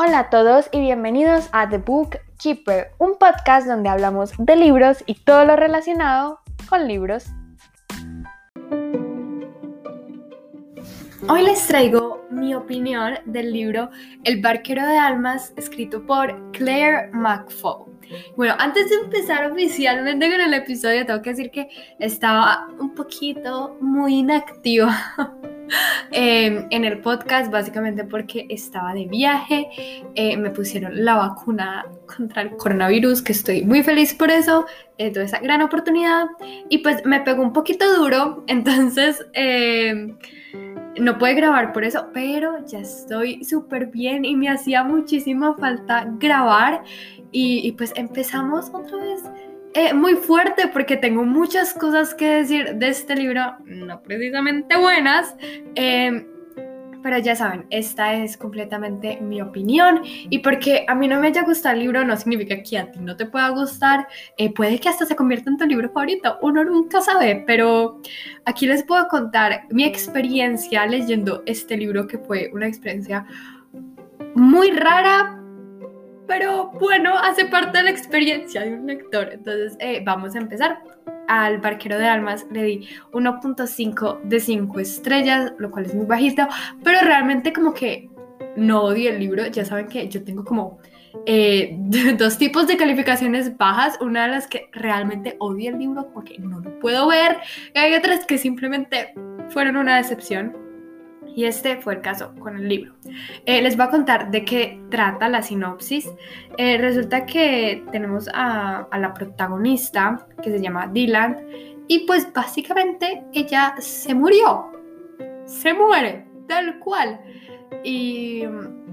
Hola a todos y bienvenidos a The Book Keeper, un podcast donde hablamos de libros y todo lo relacionado con libros. Hoy les traigo mi opinión del libro El barquero de almas, escrito por Claire McFall. Bueno, antes de empezar oficialmente con el episodio, tengo que decir que estaba un poquito muy inactiva en el podcast, básicamente porque estaba de viaje. Me pusieron la vacuna contra el coronavirus, que estoy muy feliz por eso, toda esa gran oportunidad, y pues me pegó un poquito duro, entonces no pude grabar por eso, pero ya estoy súper bien y me hacía muchísima falta grabar y pues empezamos otra vez muy fuerte porque tengo muchas cosas que decir de este libro, no precisamente buenas, pero ya saben, esta es completamente mi opinión, y porque a mí no me haya gustado el libro no significa que a ti no te pueda gustar. Puede que hasta se convierta en tu libro favorito, uno nunca sabe, pero aquí les puedo contar mi experiencia leyendo este libro, que fue una experiencia muy rara, pero bueno, hace parte de la experiencia de un lector. Entonces vamos a empezar. Al barquero de almas le di 1.5 de 5 estrellas, lo cual es muy bajito, pero realmente como que no odio el libro. Ya saben que yo tengo como dos tipos de calificaciones bajas. Una de las que realmente odio el libro porque no lo puedo ver, y hay otras que simplemente fueron una decepción. Y este fue el caso con el libro. Les voy a contar de qué trata la sinopsis. Resulta que tenemos a la protagonista, que se llama Dylan, y pues básicamente ella se murió. Se muere, tal cual. Y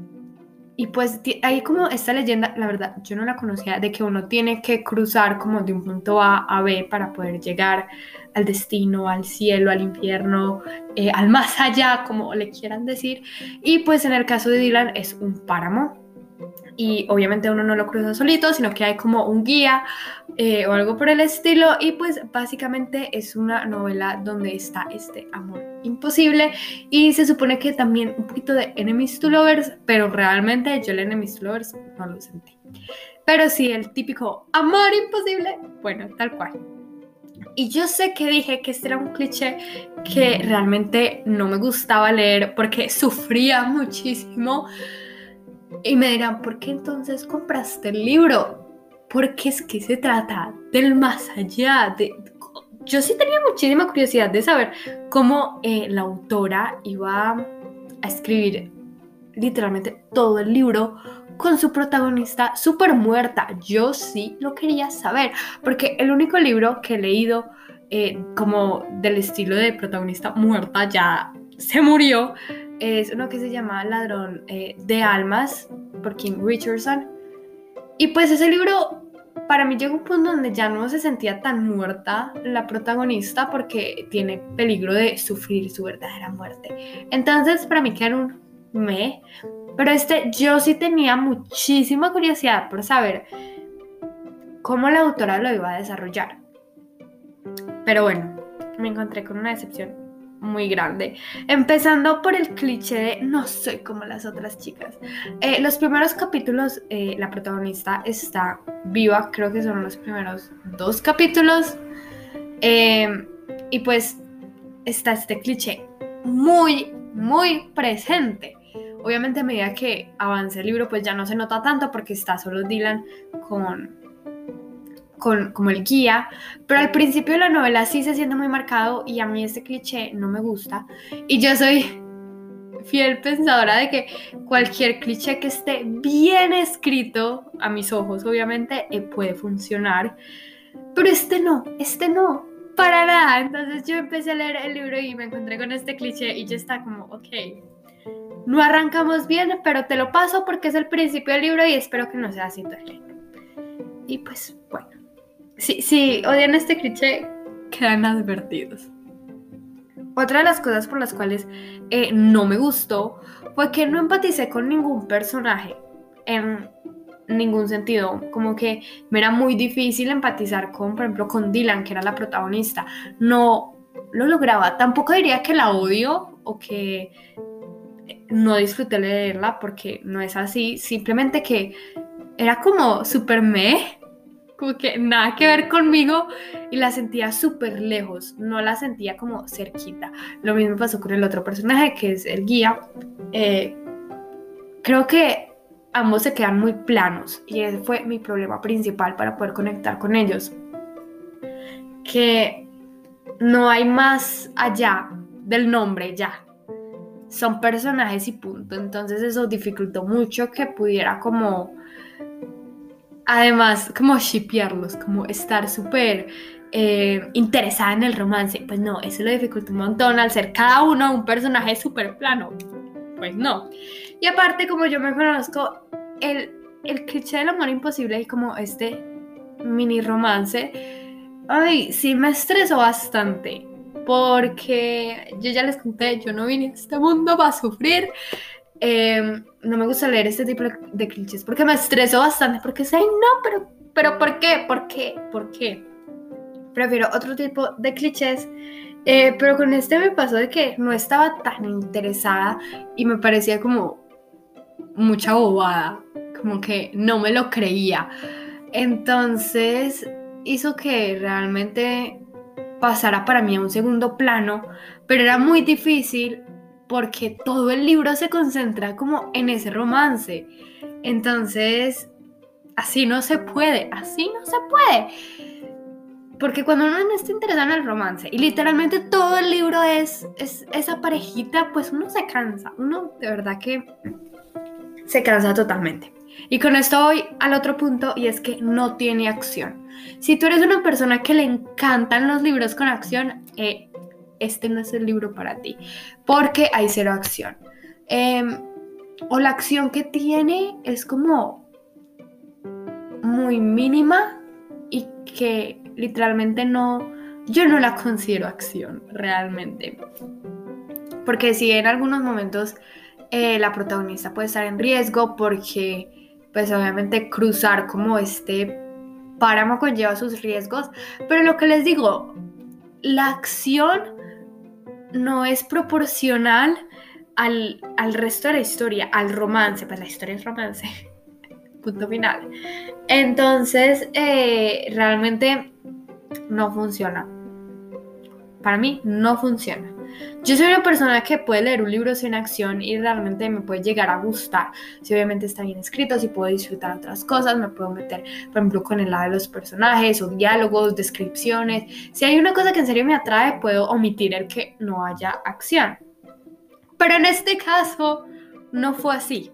pues hay como esta leyenda, la verdad yo no la conocía, de que uno tiene que cruzar como de un punto A a B para poder llegar al destino, al cielo, al infierno, al más allá, como le quieran decir. Y pues en el caso de Dylan es un páramo, y obviamente uno no lo cruza solito, sino que hay como un guía o algo por el estilo. Y pues básicamente es una novela donde está este amor imposible, y se supone que también un poquito de enemies to lovers, pero realmente yo el enemies to lovers no lo sentí. Pero sí, el típico amor imposible, bueno, tal cual. Y yo sé que dije que este era un cliché que realmente no me gustaba leer porque sufría muchísimo. Y me dirán, ¿por qué entonces compraste el libro? Porque es que se trata del más allá. Yo sí tenía muchísima curiosidad de saber cómo la autora iba a escribir literalmente todo el libro con su protagonista súper muerta. Yo sí lo quería saber, porque el único libro que he leído como del estilo de protagonista muerta, ya se murió, es uno que se llama Ladrón de Almas, por Kim Richardson. Y pues ese libro para mí llegó a un punto donde ya no se sentía tan muerta la protagonista, porque tiene peligro de sufrir su verdadera muerte. Entonces para mí queda un meh. Pero yo sí tenía muchísima curiosidad por saber cómo la autora lo iba a desarrollar. Pero bueno, me encontré con una decepción muy grande. Empezando por el cliché de no soy como las otras chicas. Los primeros capítulos, la protagonista está viva, creo que son los primeros 2 capítulos. Y pues está este cliché muy, muy presente. Obviamente a medida que avanza el libro pues ya no se nota tanto, porque está solo Dylan como el guía, pero al principio de la novela sí se siente muy marcado, y a mí este cliché no me gusta, y yo soy fiel pensadora de que cualquier cliché que esté bien escrito, a mis ojos obviamente, puede funcionar, pero este no, para nada. Entonces yo empecé a leer el libro y me encontré con este cliché y yo estaba como, ok, no arrancamos bien, pero te lo paso porque es el principio del libro y espero que no sea así todo el libro. Y pues bueno, si odian este cliché, quedan advertidos. Otra de las cosas por las cuales no me gustó fue que no empaticé con ningún personaje en ningún sentido. Como que me era muy difícil empatizar con, por ejemplo, con Dylan, que era la protagonista. No lo lograba. Tampoco diría que la odio o que no disfruté leerla porque no es así, simplemente que era como súper como que nada que ver conmigo y la sentía súper lejos, no la sentía como cerquita. Lo mismo pasó con el otro personaje que es el guía. Creo que ambos se quedan muy planos y ese fue mi problema principal para poder conectar con ellos. Que no hay más allá del nombre ya. Son personajes y punto. Entonces eso dificultó mucho que pudiera como, además, como shippearlos, como estar súper interesada en el romance. Pues no, eso lo dificultó un montón al ser cada uno un personaje súper plano. Pues no. Y aparte, como yo me conozco, el cliché del amor imposible y como este mini romance, ay, sí me estresó bastante. Porque yo ya les conté, yo no vine a este mundo para sufrir. No me gusta leer este tipo de clichés porque me estresó bastante. Porque sé, no, pero ¿por qué? ¿Por qué? ¿Por qué? Prefiero otro tipo de clichés. Pero con este me pasó de que no estaba tan interesada y me parecía como mucha bobada, como que no me lo creía. Entonces hizo que realmente pasara para mí a un segundo plano, pero era muy difícil porque todo el libro se concentra como en ese romance. Entonces, así no se puede, así no se puede. Porque cuando uno no está interesado en el romance y literalmente todo el libro es esa parejita, pues uno se cansa, uno de verdad que se cansa totalmente. Y con esto voy al otro punto y es que no tiene acción. Si tú eres una persona que le encantan los libros con acción, este no es el libro para ti, porque hay cero acción. O la acción que tiene es como muy mínima y que literalmente yo no la considero acción realmente. Porque si en algunos momentos la protagonista puede estar en riesgo porque pues obviamente cruzar como este páramo conlleva sus riesgos, pero lo que les digo, la acción no es proporcional al resto de la historia, al romance, pues la historia es romance, punto final. Entonces, realmente no funciona. Para mí no funciona. Yo soy una persona que puede leer un libro sin acción y realmente me puede llegar a gustar. Si obviamente está bien escrito, si puedo disfrutar otras cosas, me puedo meter, por ejemplo, con el lado de los personajes o diálogos, descripciones. Si hay una cosa que en serio me atrae, puedo omitir el que no haya acción. Pero en este caso no fue así.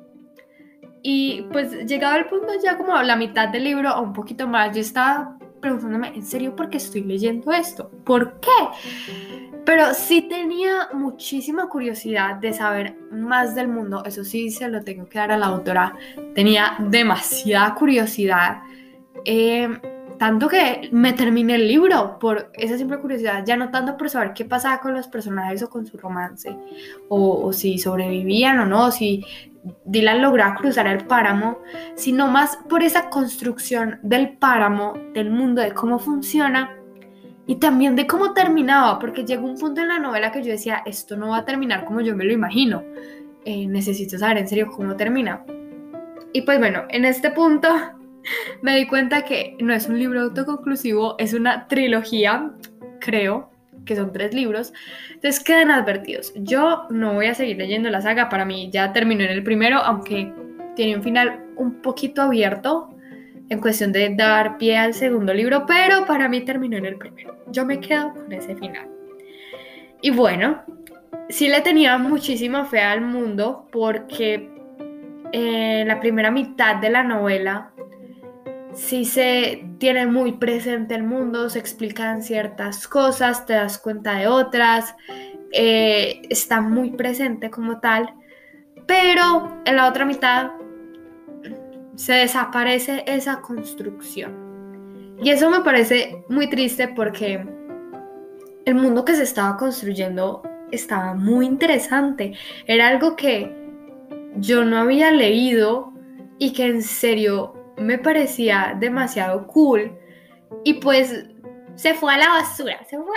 Y pues llegado al punto ya como a la mitad del libro o un poquito más, yo estaba preguntándome, ¿en serio por qué estoy leyendo esto? ¿Por qué? Pero sí tenía muchísima curiosidad de saber más del mundo, eso sí se lo tengo que dar a la autora, tenía demasiada curiosidad, tanto que me terminé el libro por esa simple curiosidad, ya no tanto por saber qué pasaba con los personajes o con su romance, o si sobrevivían o no, si Dylan lograba cruzar el páramo, sino más por esa construcción del páramo, del mundo, de cómo funciona y también de cómo terminaba, porque llegó un punto en la novela que yo decía, esto no va a terminar como yo me lo imagino, necesito saber en serio cómo termina. Y pues bueno, en este punto me di cuenta que no es un libro autoconclusivo, es una trilogía, creo que son 3 libros, entonces quedan advertidos. Yo no voy a seguir leyendo la saga, para mí ya terminó en el primero, aunque tiene un final un poquito abierto en cuestión de dar pie al segundo libro, pero para mí terminó en el primero. Yo me quedo con ese final. Y bueno, sí le tenía muchísima fe al mundo porque la primera mitad de la novela sí se tiene muy presente el mundo, se explican ciertas cosas, te das cuenta de otras, está muy presente como tal, pero en la otra mitad se desaparece esa construcción. Y eso me parece muy triste porque el mundo que se estaba construyendo estaba muy interesante. Era algo que yo no había leído y que en serio me parecía demasiado cool. Y pues se fue a la basura, se fue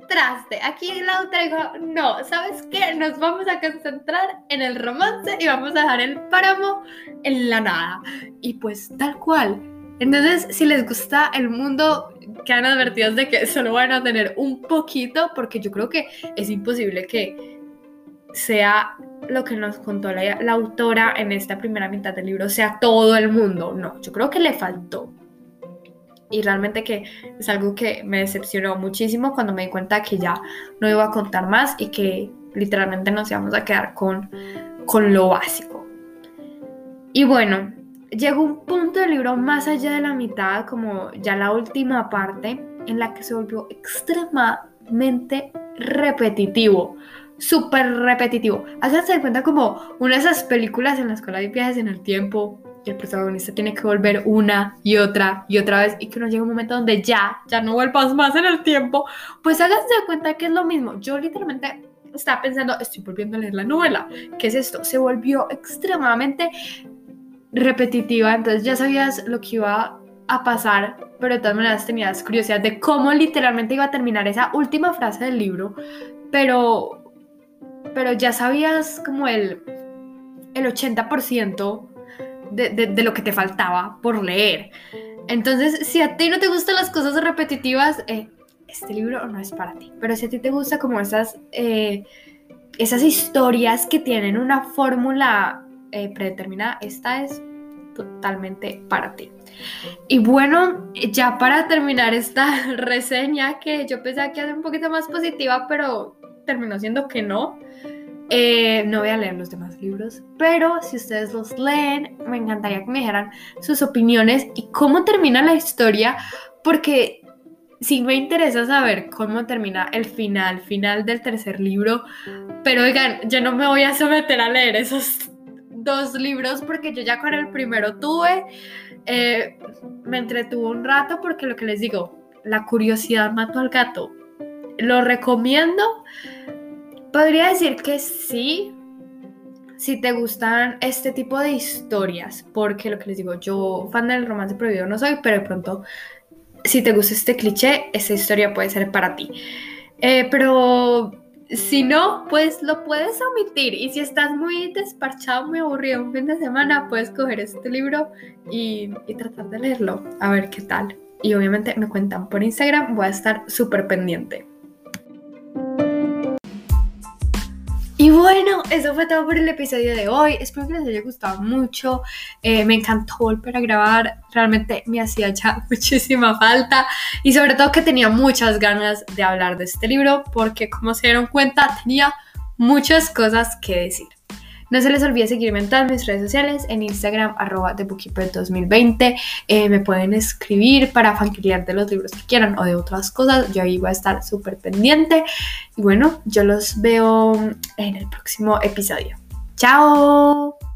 traste. Aquí la autora dijo, no, ¿sabes qué? Nos vamos a concentrar en el romance y vamos a dejar el páramo en la nada. Y pues tal cual. Entonces, si les gusta el mundo, quedan advertidos de que solo van a tener un poquito, porque yo creo que es imposible que sea lo que nos contó la autora en esta primera mitad del libro, sea todo el mundo. No, yo creo que le faltó. Y realmente que es algo que me decepcionó muchísimo cuando me di cuenta que ya no iba a contar más y que literalmente nos íbamos a quedar con lo básico. Y bueno, llegó un punto del libro más allá de la mitad, como ya la última parte, en la que se volvió extremadamente repetitivo, súper repetitivo. Háganse de cuenta como una de esas películas en las cuales hay viajes en el tiempo y el protagonista tiene que volver una y otra vez y que no llega un momento donde ya no vuelvas más en el tiempo. Pues háganse de cuenta que es lo mismo. Yo literalmente estaba pensando, estoy volviendo a leer la novela. ¿Qué es esto? Se volvió extremadamente repetitiva, entonces ya sabías lo que iba a pasar, pero de todas maneras tenías curiosidad de cómo literalmente iba a terminar esa última frase del libro, pero ya sabías como el 80% de lo que te faltaba por leer. Entonces, si a ti no te gustan las cosas repetitivas, este libro no es para ti. Pero si a ti te gusta como esas historias que tienen una fórmula predeterminada, esta es totalmente para ti. Y bueno, ya para terminar esta reseña, que yo pensaba que iba a ser un poquito más positiva, pero terminó siendo que no. No voy a leer los demás libros, pero si ustedes los leen, me encantaría que me dijeran sus opiniones y cómo termina la historia, porque sí me interesa saber cómo termina el final del tercer libro, pero oigan, yo no me voy a someter a leer esos 2 libros porque yo ya con el primero me entretuvo un rato, porque lo que les digo, la curiosidad mató al gato. Lo recomiendo. Podría decir que sí, si te gustan este tipo de historias, porque lo que les digo, yo fan del romance prohibido no soy, pero de pronto, si te gusta este cliché, esta historia puede ser para ti. Pero si no, pues lo puedes omitir, y si estás muy desparchado, muy aburrido un fin de semana, puedes coger este libro y tratar de leerlo, a ver qué tal. Y obviamente me cuentan por Instagram, voy a estar súper pendiente. Y bueno, eso fue todo por el episodio de hoy. Espero que les haya gustado mucho. Me encantó volver a grabar. Realmente me hacía ya muchísima falta. Y sobre todo que tenía muchas ganas de hablar de este libro, porque como se dieron cuenta, tenía muchas cosas que decir. No se les olvide seguirme en todas mis redes sociales, en Instagram, @TheBookkeeper2020. Me pueden escribir para fangirlear de los libros que quieran o de otras cosas. Yo ahí voy a estar súper pendiente. Y bueno, yo los veo en el próximo episodio. ¡Chao!